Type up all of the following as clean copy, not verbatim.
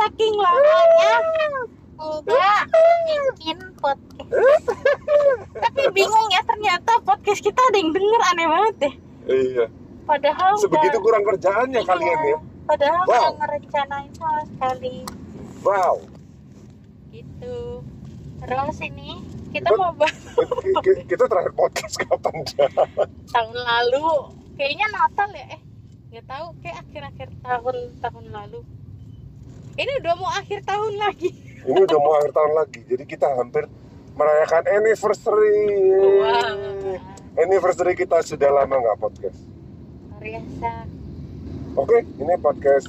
saking lamanya enggak bikin podcast. Tapi bingung ya, ternyata podcast kita ada yang denger, aneh banget deh. Iya. Padahal sebegitu kurang kerjaannya iya, kalian ya. Padahal Wow. nggak ngerencanain sama sekali. Wow. Gitu. Terus ini kita mau bahas Kita terakhir podcast kapan ya? tahun lalu. Kayaknya Natal ya? Nggak tahu. Kayak akhir-akhir tahun lalu. Ini udah mau akhir tahun lagi. Ini udah mau akhir tahun lagi. Jadi kita hampir merayakan anniversary. Wow. Anniversary kita sudah lama nggak podcast. Luar biasa. Oke, ini podcast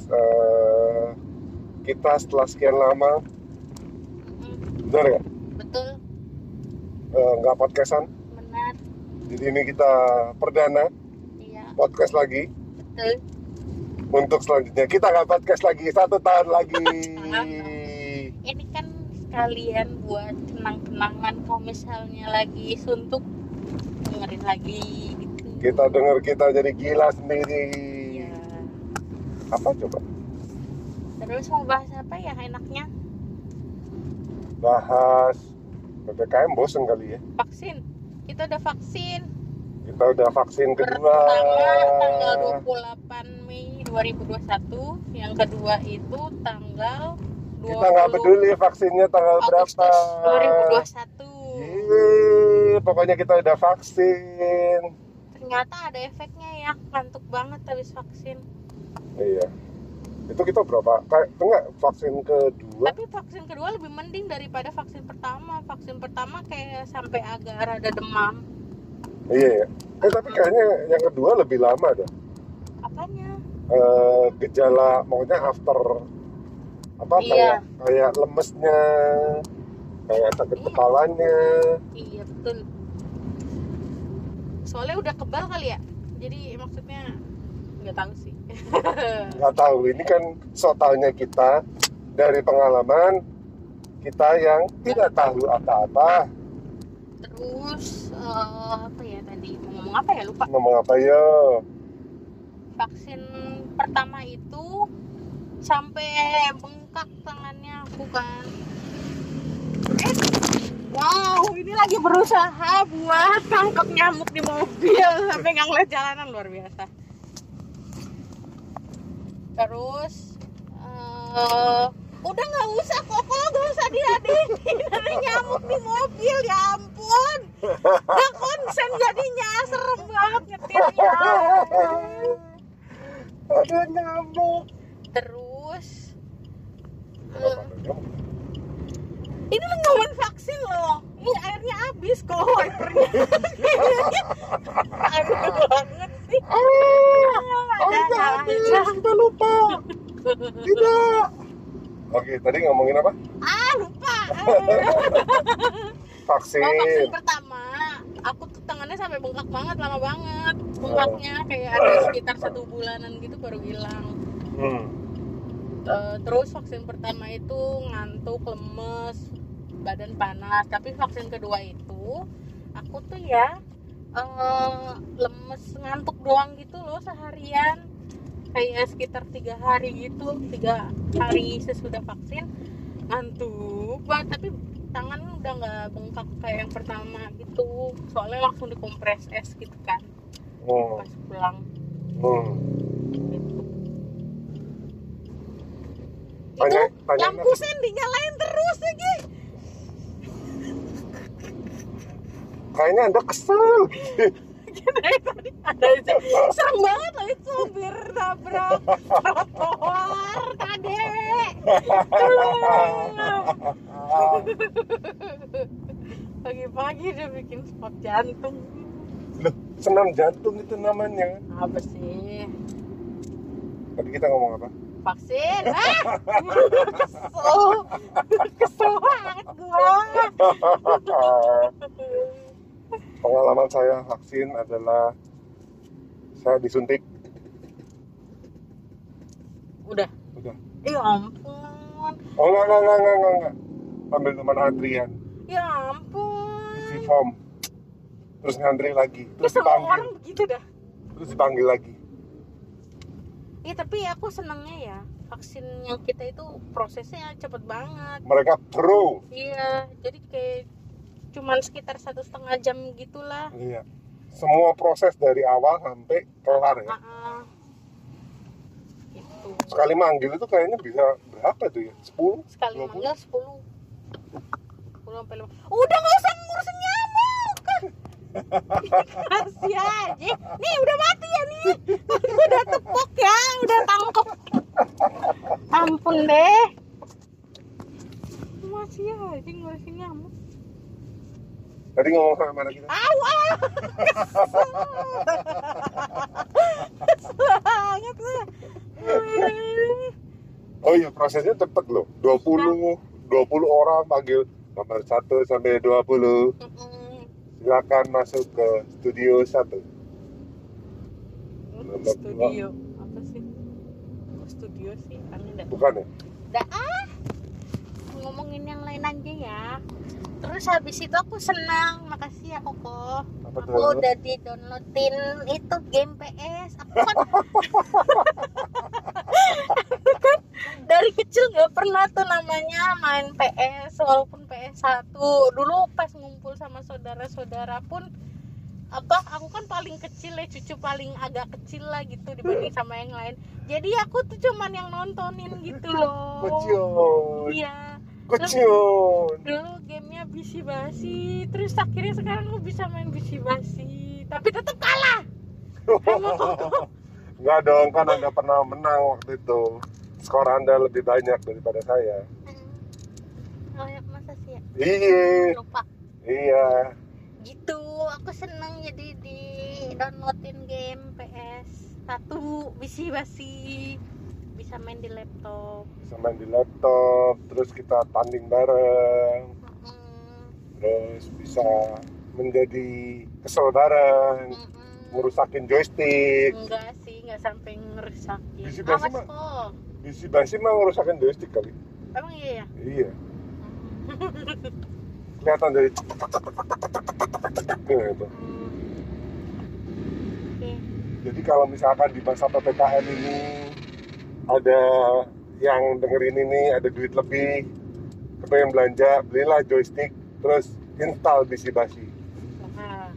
kita setelah sekian lama. Benar nggak? Betul. Nggak podcastan. Benar. Jadi ini kita perdana Iya. podcast lagi. Betul. Untuk selanjutnya kita nggak podcast lagi 1 tahun lagi. Ini kan sekalian buat kenang-kenangan kalau misalnya lagi suntuk, dengerin lagi gitu. Kita dengar kita jadi gila sendiri. Iya. Apa coba? Terus mau bahas apa ya enaknya? Bahas PPKM bosen kali ya. Vaksin. Kita udah vaksin. Kita udah vaksin kedua. Pertama tanggal 28 Mei 2021, yang kedua itu tanggal 20 Kita nggak peduli vaksinnya tanggal Agustus berapa. 2021. Yeay, pokoknya kita udah vaksin. Ternyata ada efeknya ya, ngantuk banget habis vaksin. Iya. Itu kita berapa? Kayak enggak vaksin kedua. Tapi vaksin kedua lebih mending daripada vaksin pertama. Vaksin pertama kayak sampai agak rada demam. Iya ya. Tapi kayaknya yang kedua lebih lama dah. Apanya? Gejala maunya after apa Iya. kayak lemesnya, kayak sakit Iya. kepalanya. Iya betul. Soalnya udah kebal kali ya. Jadi maksudnya nggak tahu sih. Nggak tahu, ini kan sotalnya kita dari pengalaman kita yang tidak tahu apa-apa. Terus apa ya tadi? Mau ngomong apa ya, lupa. Ngomong apa ya? Vaksin pertama itu sampai bengkak tangannya aku kan. Wow, ini lagi berusaha buat tangkap nyamuk di mobil sampai nggak ngeliat jalanan, luar biasa. Terus udah nggak usah Koko, nggak usah dihadenin, ada nyamuk di mobil, ya ampun. Nggak konsen jadinya, serem banget nyetirnya. Ada nyamuk. Terus Kenapa ada nyamuk? ini lu ngomongin vaksin loh, ini airnya habis kok wipernya. Aduh banget sih. Airnya habis, kita lupa. Tidak. Oke, tadi ngomongin apa? Lupa. Vaksin. Vaksin pertama, aku tuh tangannya sampai bengkak banget, lama banget. Bengkaknya kayak ada sekitar 1 bulanan gitu baru hilang. Terus vaksin pertama itu ngantuk, lemes, badan panas. Tapi vaksin kedua itu aku tuh ya lemes, ngantuk doang gitu loh seharian. Kayak sekitar 3 hari gitu, 3 hari sesudah vaksin ngantuk banget. Tapi tangan udah nggak bengkak kayak yang pertama gitu. Soalnya langsung dikompres es gitu kan pas pulang gitu. Tanya Lampu sen dinyalain terus lagi. Kayaknya Anda kesel. Dari tadi ada itu. Serem banget loh itu sopir nabrak trotoar tadi. Pagi-pagi dia bikin spot jantung. Loh, senam jantung itu namanya. Apa sih? Tadi kita ngomong apa? Vaksin. Kesel banget gua. Pengalaman saya vaksin adalah saya disuntik. Udah. Ya ampun. Oh enggak. Ambil teman antrian. Ya ampun. Isi form. Terus ngantri lagi. Terus Terus semua dipanggil. orang begitu dah. Terus dipanggil lagi. Iya, tapi aku senangnya ya vaksin yang kita itu prosesnya cepet banget. Mereka pro. Iya, jadi kayak cuman sekitar 1,5 jam gitulah. Iya. Semua proses dari awal sampai kelar ya. Gitu. Sekali manggil itu kayaknya bisa berapa tuh ya? 10? Sekali 20? manggil 10 sampai 5. Udah nggak usah ngurusin nyamuk. Kasih aja. Nih udah mati ya nih. Udah tepok ya, udah tangkep. Ampun deh. Masih aja ngurusin nyamuk. Tadi ngomong sama mana kita? Au. Kesel banget lu. Oh iya, prosesnya cepet loh. 20 orang panggil nomor 1 sampai 20. Silakan masuk ke studio 1. Studio apa sih? Oh, studio sih aneh dah. Bukan ya? Ngomongin yang lain aja ya. Terus habis itu aku senang, makasih ya Koko. Apa Aku tuh? udah di-downloadin itu game PS. Aku kan dari kecil nggak pernah tuh namanya main PS, walaupun PS1. Dulu pas ngumpul sama saudara-saudara pun aku kan paling kecil ya, cucu paling agak kecil lah gitu dibanding sama yang lain. Jadi aku tuh cuman yang nontonin gitu loh. Kecion. Iya. Kecion. Dulu gamenya bisi basi, terus akhirnya sekarang aku bisa main bisi basi, tapi tetap kalah. Enggak dong, kan Anda pernah menang waktu itu. Skor Anda lebih banyak daripada saya. Oh ya, masa sih ya? Iya. Lupa. Iya. Gitu, aku seneng jadi di downloadin game PS1 bisi basi, bisa main di laptop. Bisa main di laptop, terus kita tanding bareng. Terus bisa menjadi kesel bareng, ngerusakin joystick. Enggak sih, enggak sampai ngerusakin. Bisi-basi Awas mah. kok. Bisi-basi mah ngerusakin joystick kali. Emang iya ya? Iya. Kelihatan dari gitu. Oke. Jadi kalau misalkan di masa PPKM ini ada yang dengerin ini, ada duit lebih, kepengen belanja, belilah joystick, terus install bisi-basi. Nah.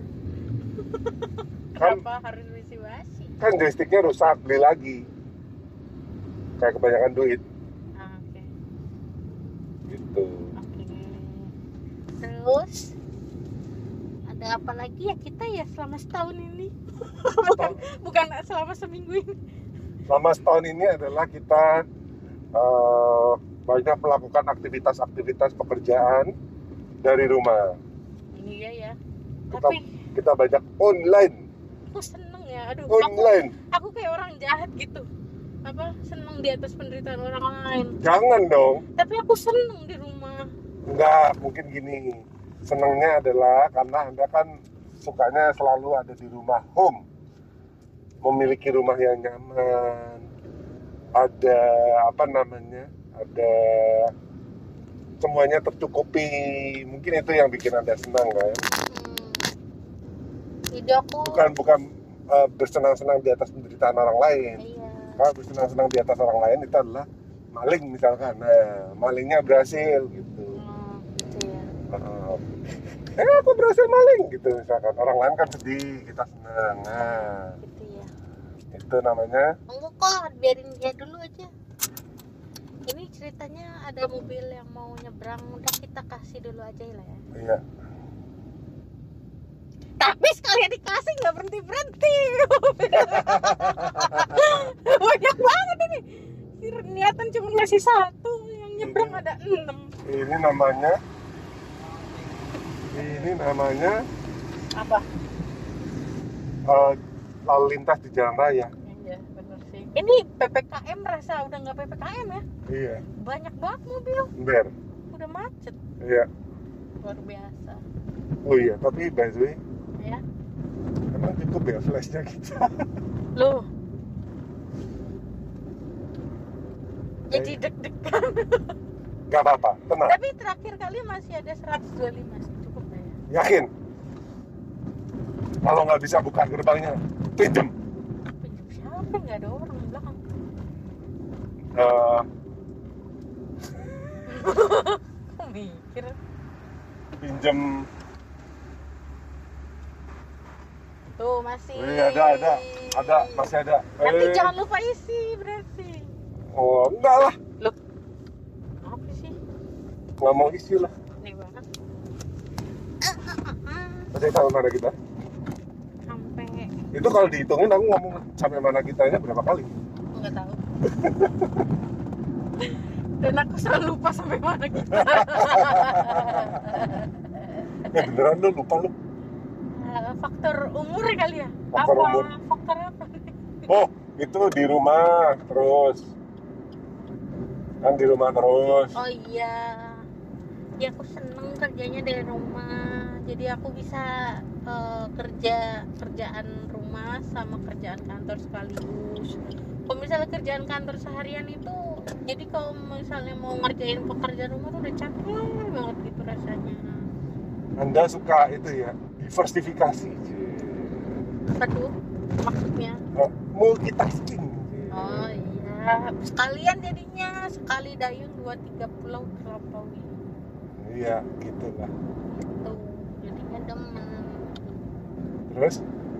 Kan, Kenapa harus bisi basi? kan joysticknya rusak, beli lagi. Kayak kebanyakan duit, Oke. gitu. Oke. Terus ada apa lagi ya kita ya selama setahun ini? bukan selama seminggu ini. Selama setahun ini adalah kita banyak melakukan aktivitas-aktivitas pekerjaan dari rumah. Iya ya. Kita, Tapi kita banyak online. aku seneng ya. Aduh, Online. aku kayak orang jahat gitu. Apa seneng di atas penderitaan orang lain. Jangan dong. Tapi aku seneng di rumah. Enggak, mungkin gini. Senangnya adalah karena Anda kan sukanya selalu ada di rumah home. Memiliki rumah yang nyaman. Ada apa namanya? Ada semuanya tercukupi. Mungkin itu yang bikin Anda senang kan? Jadi aku Bukan bersenang-senang di atas penderitaan orang lain. iya. Kalau bersenang-senang di atas orang lain itu adalah maling misalkan. Nah, malingnya berhasil gitu. Gitu ya. Aku berhasil maling gitu misalkan. Orang lain kan sedih, kita senang. Nah, Gitu ya. itu namanya Enggak kok, biarin dia dulu aja. Ini ceritanya ada mobil yang mau nyebrang, udah kita kasih dulu aja lah ya. iya. Tapi sekalian dikasih nggak berhenti. Banyak banget ini. Niatan cuma ngasih satu, yang nyebrang ada 6. Ini namanya Apa? lalu lintas di jalan raya. Iya, bener sih. Ini PPKM rasa udah nggak PPKM ya? Iya. Banyak banget mobil, Ber. udah macet. Iya. Luar biasa. Oh iya, tapi by the way, Ya. emang cukup ya flashnya kita. Loh. Jadi deg-degan. Gak apa-apa, tenang. Tapi terakhir kali masih ada 125 sih, cukup lah ya. Yakin? Kalau nggak bisa buka gerbangnya, pinjem. Pinjam siapa? Nggak ada orang di belakang. Kok mikir? Pinjam. Tuh masih. Ada, masih ada. Nanti jangan lupa isi berarti. Oh, enggak lah. Loh, apa sih? Nggak mau isi lah. Nih banget. Tadi sampai mana kita? Sampai Itu kalau dihitungin aku ngomong sampai mana kitanya berapa kali? nggak tahu. Dan aku selalu lupa sampai mana kita. Beneran lu lupa lu. Faktor umur kali ya? Faktor apa? umur. Faktor apa? Oh, itu di rumah terus. Kan di rumah terus. Oh iya. Ya aku seneng kerjanya dari rumah. Jadi aku bisa kerjaan rumah sama kerjaan kantor sekaligus. Kalau misalnya kerjaan kantor seharian itu, jadi kalau misalnya mau ngerjain pekerjaan rumah tuh udah capek banget gitu rasanya. Anda suka itu ya, diversifikasi. Apa tuh maksudnya? Multitasking. Oh iya, sekalian jadinya, sekali dayung 2-3 pulau terlampaui. Iya, gitulah. Gitu, jadinya demen. Terus,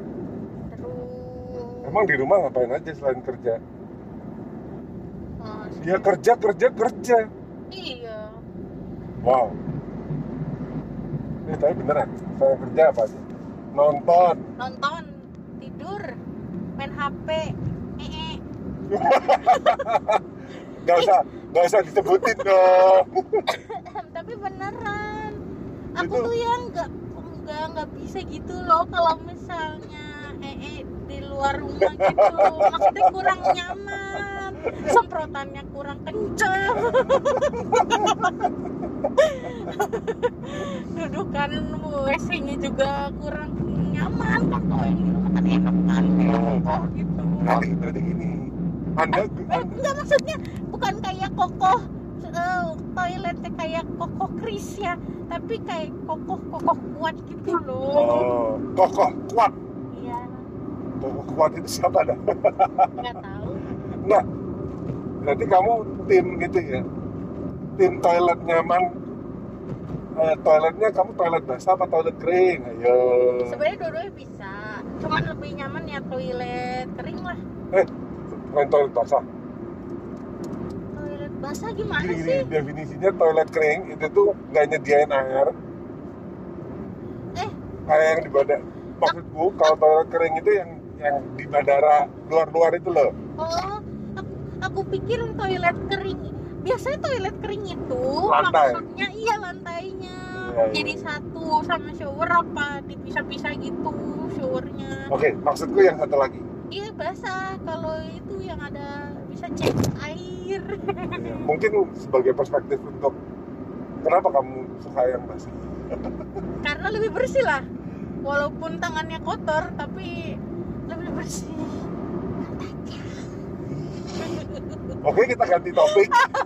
emang di rumah ngapain aja selain kerja? Ya kerja. Iya. Wow. Tapi beneran, saya kerja apa aja? Nonton. Tidur, main HP. Gak usah disebutin dong. Tapi beneran, aku tuh yang nggak bisa gitu loh kalau misalnya di luar rumah gitu, maksudnya kurang nyaman, semprotannya kurang kencang, dudukan WC-nya juga kurang nyaman. Kalau yang di rumah kan enak kan, kokoh gitu. Berarti gini, Enggak, maksudnya bukan kayak kokoh toiletnya kayak kokoh Kris ya, tapi kayak kokoh kuat gitu loh. Oh, kokoh kuat. Iya. Kokoh kuat itu siapa dah? Nggak tahu. Nah, berarti kamu tim gitu ya, tim toilet nyaman. Toiletnya kamu toilet basah apa toilet kering? Ayo. Sebenarnya dua-duanya bisa, cuman lebih nyaman ya toilet kering lah. Main toilet basah. Toilet basah gimana Gini, sih? definisinya toilet kering itu tuh nggak nyediain air. Kayak yang di bandara. Maksudku kalau toilet kering itu yang di bandara luar itu loh. Oh, aku pikir toilet kering. Biasanya toilet kering itu Lantai. maksudnya iya lantainya. Iya. Jadi satu sama shower apa dipisah-pisah gitu showernya. Oke, maksudku yang satu lagi. Iya basah, kalau itu yang ada bisa cek air. Ya, mungkin sebagai perspektif untuk kenapa kamu suka yang basah? Karena lebih bersih lah. Walaupun tangannya kotor tapi lebih bersih. Oke, kita ganti topik.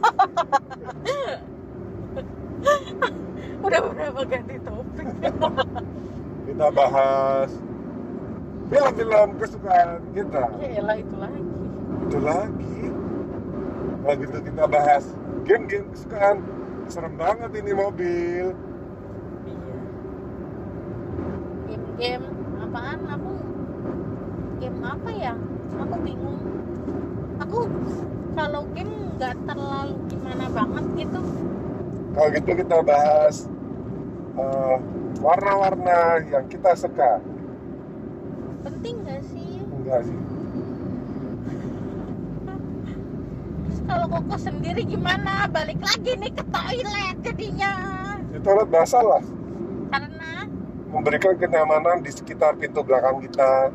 Udah berapa ganti topik? Kita bahas film-film kesukaan kita. Yaelah itu lagi. Itu lagi. Kalau gitu kita bahas game-game kesukaan. Serem banget ini mobil. Iya. Game apaan? Game apa ya? Aku bingung. Aku kalau game nggak terlalu gimana banget gitu. Kalau gitu kita bahas warna-warna yang kita suka. Penting nggak sih? Enggak sih. Terus kalau Koko sendiri gimana? Balik lagi nih ke toilet jadinya. Di toilet basah lah. Karena Memberikan kenyamanan di sekitar pintu belakang kita.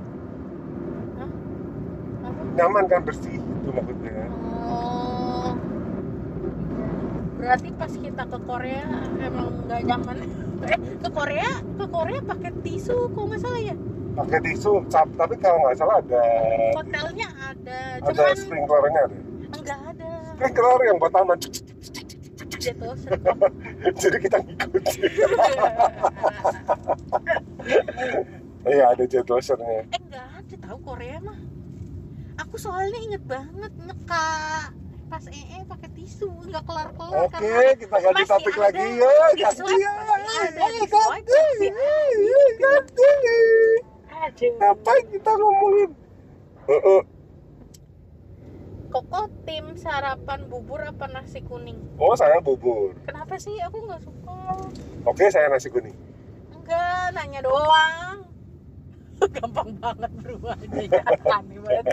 apa? Nyaman kan, bersih itu maksudnya. Oh, berarti pas kita ke Korea emang nggak nyaman. Ke Korea pakai tisu kok nggak salah ya? Pakai tisu, tapi kalau nggak salah ada Hotelnya ada, ada cuman sprinklernya deh. enggak ada. Sprinkler yang buat taman. Gitu, serem. Jadi kita ngikutin. Iya, ada jet washernya. Enggak ada tahu Korea mah. Aku soalnya inget banget nyeka pas pakai tisu nggak kelar-kelar. Oke, kita ganti topik lagi ya. Ganti ya. Ganti. Ngapain kita ngomongin? Koko tim sarapan bubur apa nasi kuning? Oh, saya bubur. Kenapa sih? Aku nggak suka. Oke, saya nasi kuning. Enggak, nanya doang. Gampang banget berubahnya ya. Aneh banget.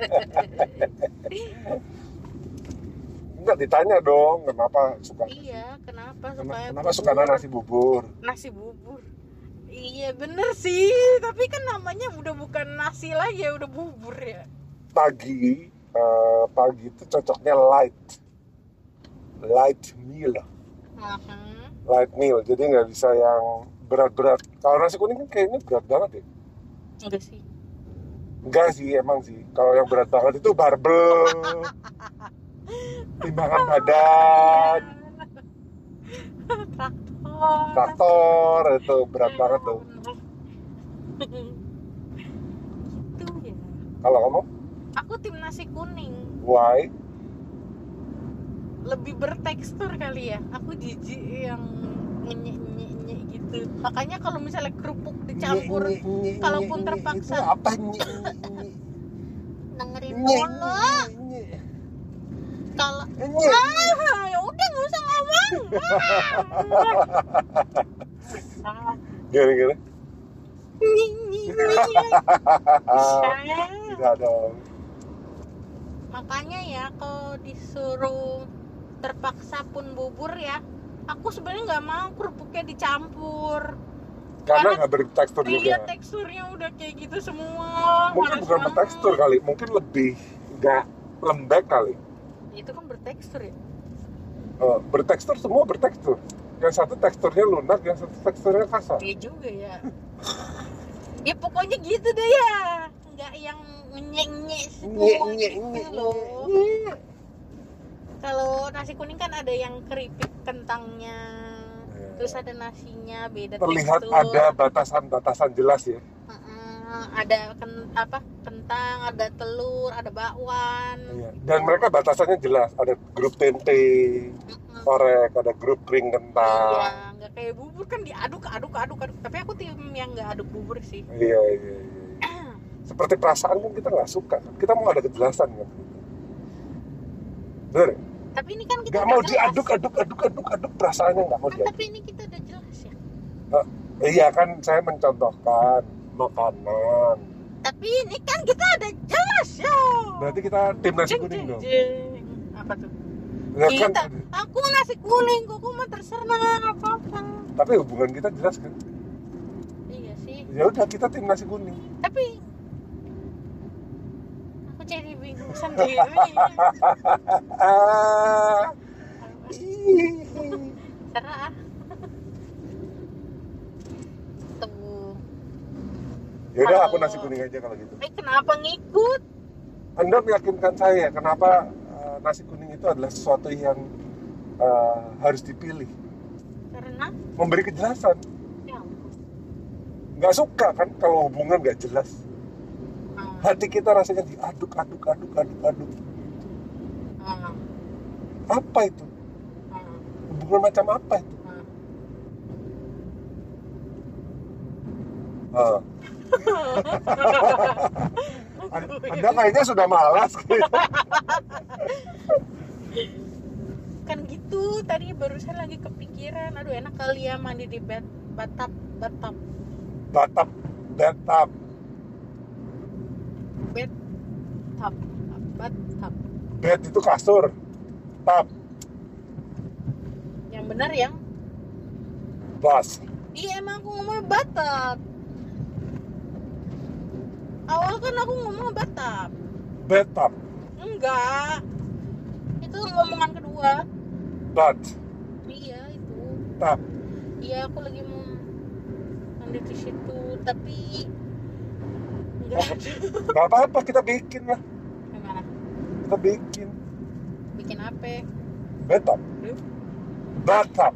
Enggak ditanya dong, kenapa suka? Iya, kenapa Suka nasi bubur? Nasi bubur. Iya bener sih, tapi kan namanya udah bukan nasi lagi ya, udah bubur ya. Pagi itu cocoknya light meal. Light meal, jadi nggak bisa yang berat-berat. Kalau nasi kuning kan kayaknya berat banget ya. Enggak sih, emang sih. Kalau yang berat banget itu barbel, timbangan badan, traktor itu berat banget tuh. Gitu ya. Kalau kamu? Aku tim nasi kuning. Why? Lebih bertekstur kali ya. Aku jijik yang nyek gitu. Makanya kalau misalnya kerupuk dicampur, kalaupun terpaksa. Itu apa Dengerin dulu. Kalau ya udah nggak usah ngomong. Gimana? Tidak dong. Makanya ya kalau disuruh terpaksa pun bubur ya, aku sebenarnya nggak mau kerupuknya dicampur. Karena nggak bertekstur juga. Iya, teksturnya udah kayak gitu semua. Mungkin bukan bertekstur kali, mungkin lebih nggak lembek kali. Itu kan bertekstur ya. Bertekstur, semua bertekstur. Yang satu teksturnya lunak, yang satu teksturnya kasar. Iya juga ya. Ya pokoknya gitu deh ya. Nggak yang nyek-nyek gitu loh. Kalau nasi kuning kan ada yang keripik kentangnya, terus ada nasinya beda terlihat tekstur. Ada batasan-batasan jelas ya. Ada kentang, ada telur, ada bakwan. Iya. Dan mereka batasannya jelas, ada grup tempe, orek, ada grup kering kentang. Iya, nggak kayak bubur kan diaduk. Tapi aku tim yang nggak aduk bubur sih. Iya. Seperti perasaan kan kita nggak suka, kita mau ada kejelasan kan. Bener? Tapi ini kan kita nggak mau diaduk perasaannya nggak mau diaduk. Tapi ini kita udah jelas ya. Iya kan, saya mencontohkan makanan. Tapi ini kan kita ada jelas ya. Berarti kita tim nasi kuning dong. Apa tuh? Ya, Kita, kan, aku nasi kuning, kok mah terserah apa-apa. tapi hubungan kita jelas kan? Iya sih. Ya udah, kita tim nasi kuning. Tapi aku jadi bingung sendiri. Serah. Tuh. Yaudah, aku nasi kuning aja kalau gitu. Kenapa ngikut? Anda meyakinkan saya kenapa nasi kuning itu adalah sesuatu yang harus dipilih. Karena Memberi kejelasan. ya, Nggak suka kan kalau hubungan nggak jelas. Hati kita rasanya diaduk. Apa itu? Hubungan macam apa itu? Anda kayaknya sudah malas gitu. Kan gitu, tadi barusan lagi kepikiran, aduh enak kali ya mandi di bathtub. Bathtub. Bed itu kasur. Tub. Yang benar yang Bas. iya emang aku ngomong bathtub. Awal kan aku ngomong bathtub. Bathtub. Enggak. Itu ngomongan kedua. Bat. Iya itu. Tub. Iya aku lagi mau mandi di situ, tapi enggak. Gak apa-apa, kita bikin lah. Gimana? Kita bikin. Bikin apa? Bathtub. Bathtub.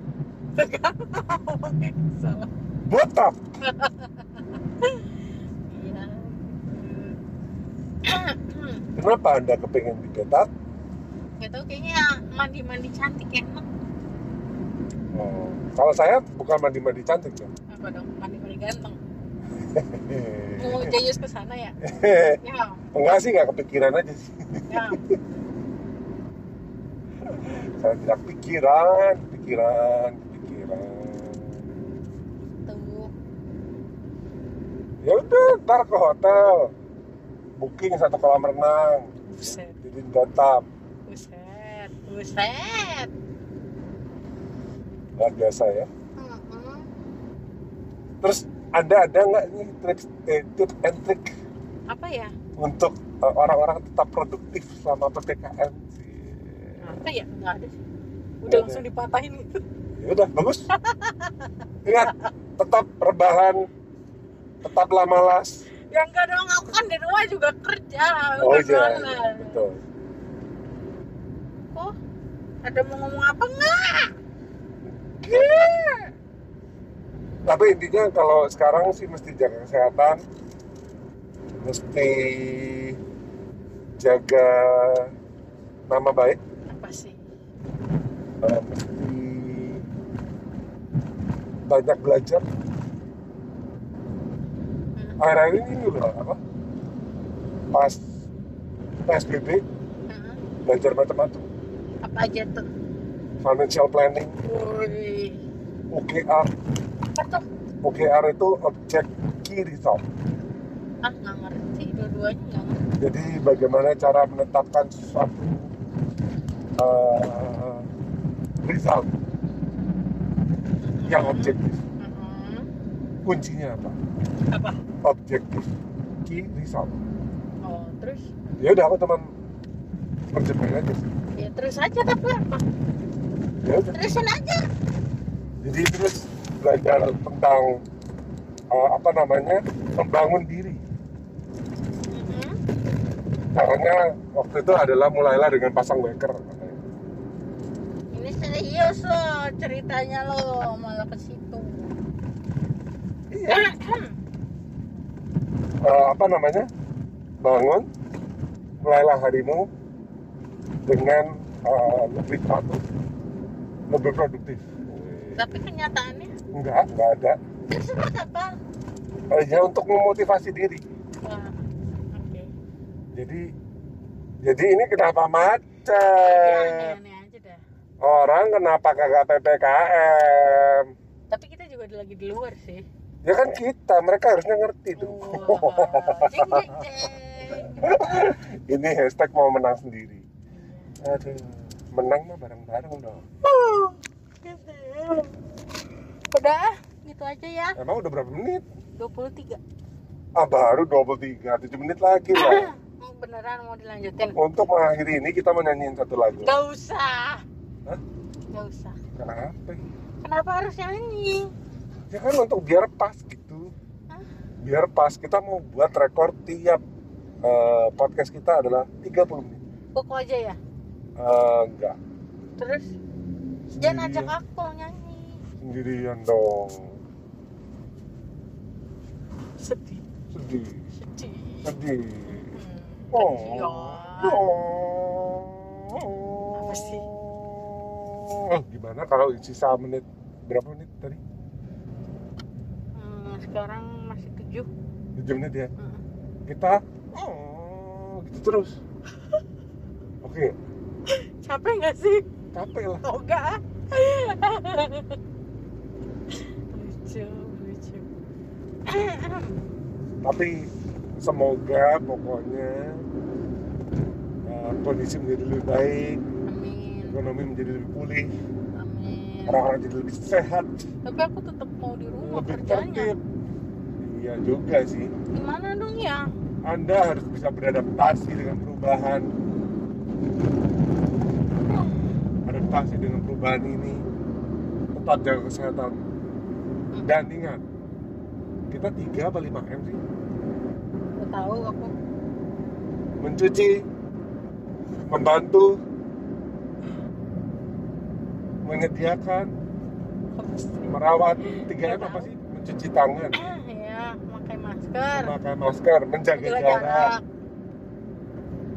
Salah. Bathtub. Iya. Kenapa Anda kepengen dipetak? Gak tau, kayaknya mandi-mandi cantik enak. Oh, kalau saya bukan mandi-mandi cantik ya. Apa dong? Mandi-mandi ganteng. Mau jayus ke sana ya? Ya. Enggak sih, nggak kepikiran aja sih. Ya. Saya tidak pikiran. Tuh. Ya udah, ntar ke hotel, booking 1 kolam renang, Buset. jadi tetap Buset. luar biasa ya. Mm-mm. Terus ada nggak nih tips and trick Apa ya? untuk orang-orang tetap produktif selama PPKM sih? Apa ya? Nggak ada sih. Udah Nggak langsung ada. dipatahin gitu. Ya udah, bagus. Ingat, tetap rebahan, tetaplah malas. Ya enggak dong, aku kan di rumah juga kerja. Oh Udah iya, malas. betul. Kok? Ada mau ngomong apa enggak? Tapi intinya kalau sekarang sih mesti jaga kesehatan, mesti jaga nama baik, Apa sih? mesti banyak belajar. Akhir-akhir ini loh apa? Pas PSBB belajar macam-macam, Apa aja tuh? financial planning, Woi. OKR. Apa tuh? OKR itu object key result. Nggak ngerti, dua-duanya nggak ngerti. Jadi bagaimana cara menetapkan suatu result yang objektif. Kuncinya apa? Apa? Objektif key result. Oh, terus? Ya udah, aku teman terjemahin aja sih. Ya terus aja, tapi apa? Ya udah. Terusin aja. Jadi terus belajar tentang apa namanya, membangun diri. Caranya waktu itu adalah mulailah dengan pasang waker. Ini serius loh ceritanya loh, malah ke situ. Iya. Apa namanya, bangun, mulailah harimu dengan lebih patuh, lebih produktif. Tapi kenyataannya Enggak ada. seperti apa? Ya untuk memotivasi diri. Wah, oke. Jadi ini kenapa Ya, macet? aneh-aneh aja dah. Orang kenapa kagak PPKM? Tapi kita juga lagi di luar sih. Ya kan kita, mereka harusnya ngerti dong. Wah, jeng jeng jeng. Ini hashtag mau menang sendiri. Aduh, menang mah bareng-bareng dong. Udah, gitu aja ya. Emang udah berapa menit? 23. Baru 23, 7 menit lagi lah. Beneran mau dilanjutin? Untuk mengakhiri ini kita mau nyanyiin satu lagu. Gak usah. Hah? Gak usah. Kenapa? Kenapa harus nyanyi? Ya kan untuk biar pas gitu. Hah? Biar pas, kita mau buat rekor tiap podcast kita adalah 30 menit. Pokok aja ya? Enggak. Terus? Jangan ajak aku nyanyi. Sendirian dong. Sedih. Sedih. Sedih. Oh. Kasihan. Apa sih? Gimana kalau sisa menit, berapa menit tadi? Sekarang masih 7. 7 menit ya. Kita gitu terus. Oke. Capek nggak sih? Capek lah. Oh enggak. Lucu. Tapi semoga pokoknya kondisi menjadi lebih baik, Amin. ekonomi menjadi lebih pulih, Amin. orang-orang jadi lebih sehat, Tapi aku tetap mau di rumah lebih kerjanya. tertib. Iya juga sih. Gimana dong ya? Anda harus bisa beradaptasi dengan perubahan. Adaptasi dengan perubahan ini. Tetap jaga kesehatan. Dan ingat, kita 3 apa 5M sih? Gak tahu aku. Mencuci, membantu, menyediakan, merawat. 3M apa sih? Mencuci tangan, Ya, pakai masker. memakai masker, menjaga Jaga jarak,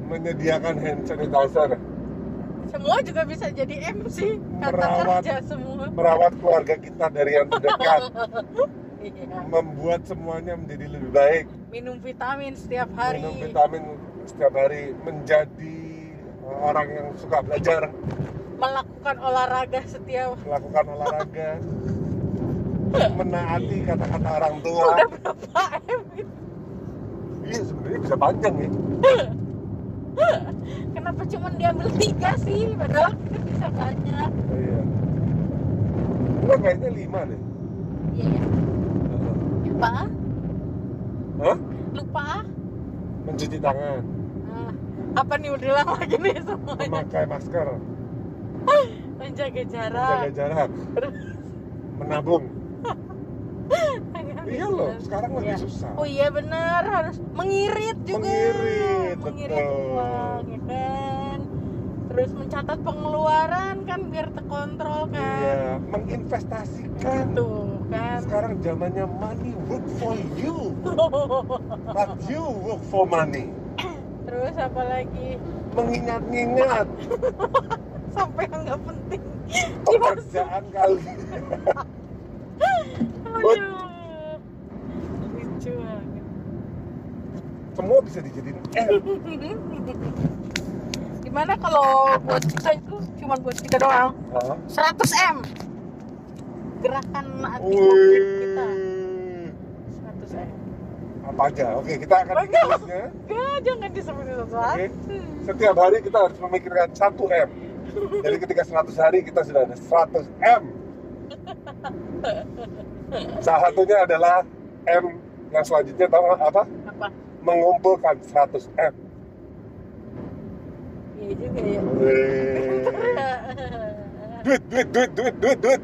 menyediakan hand sanitizer, Semua juga bisa jadi MC. Kata Merawat. kerja semua. merawat keluarga kita dari yang terdekat, Iya. membuat semuanya menjadi lebih baik, Minum vitamin setiap hari. minum vitamin setiap hari, menjadi orang yang suka belajar, Melakukan olahraga setiap. melakukan olahraga, menaati kata-kata orang tua. Udah berapa M itu? Iya, sebenarnya bisa panjang ya. Kenapa cuma diambil 3 sih? Padahal kan bisa banyak. Iya. Enggak, kayaknya 5 deh. Iya ya. Lupa? Hah? Lupa? Mencuci tangan, Nah, apa nih udah ulang lagi nih semuanya? memakai masker, Menjaga jarak. menjaga jarak, menabung. Iya loh, sekarang lebih Iya. susah. Oh iya benar, harus mengirit juga. Mengirit, betul. uang, ya kan. Terus mencatat pengeluaran kan biar terkontrol kan. Iya, menginvestasikan. Tuh kan. Sekarang zamannya money work for you, but you work for money. Terus apa lagi? Mengingat-ingat Sampai yang nggak penting. pekerjaan kalian. Aduh. Lucu banget. Semua bisa dijadiin Gimana kalau buat kita itu cuma buat kita doang? 100 M gerakan anti covid kita. 100 M. Apa aja? Oke, kita akan bikin Enggak. listnya. Enggak, jangan disebutin satu-satu. Oke. Setiap hari kita harus memikirkan 1 M. Jadi ketika 100 hari kita sudah ada 100 M. Salah satunya adalah M yang selanjutnya tahu apa? Apa? Mengumpulkan 100 M. Iya juga ya. Duit.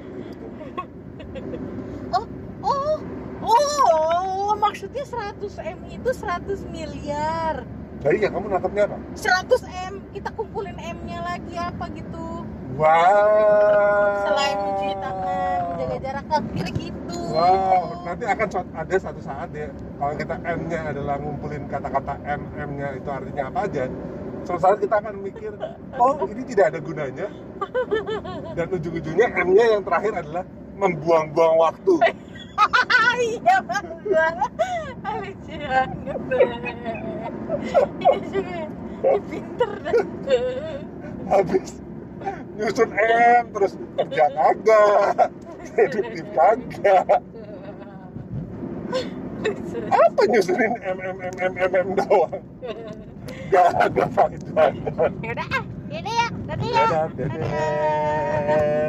Oh, maksudnya 100 M itu 100 miliar. Jadi ya kamu nangkepnya apa? 100 M, kita kumpulin M-nya lagi apa gitu. Wow. Selain mencuci tangan, menjaga jarak, kira gitu. Wow, nanti akan ada satu saat ya, kalau kita M-nya adalah ngumpulin kata-kata M-nya itu artinya apa aja. Suatu saat kita akan mikir, oh ini tidak ada gunanya. Dan ujung-ujungnya M-nya yang terakhir adalah membuang-buang waktu. Iya banget. Lucu banget. Iya juga. Pinter dah. Habis nyusun M, terus kerja kagak, produktif kagak. Apa nyusunin M doang? Gak ada faedahnya. Yaudah, yaudah ya, dadah ya. Dadah.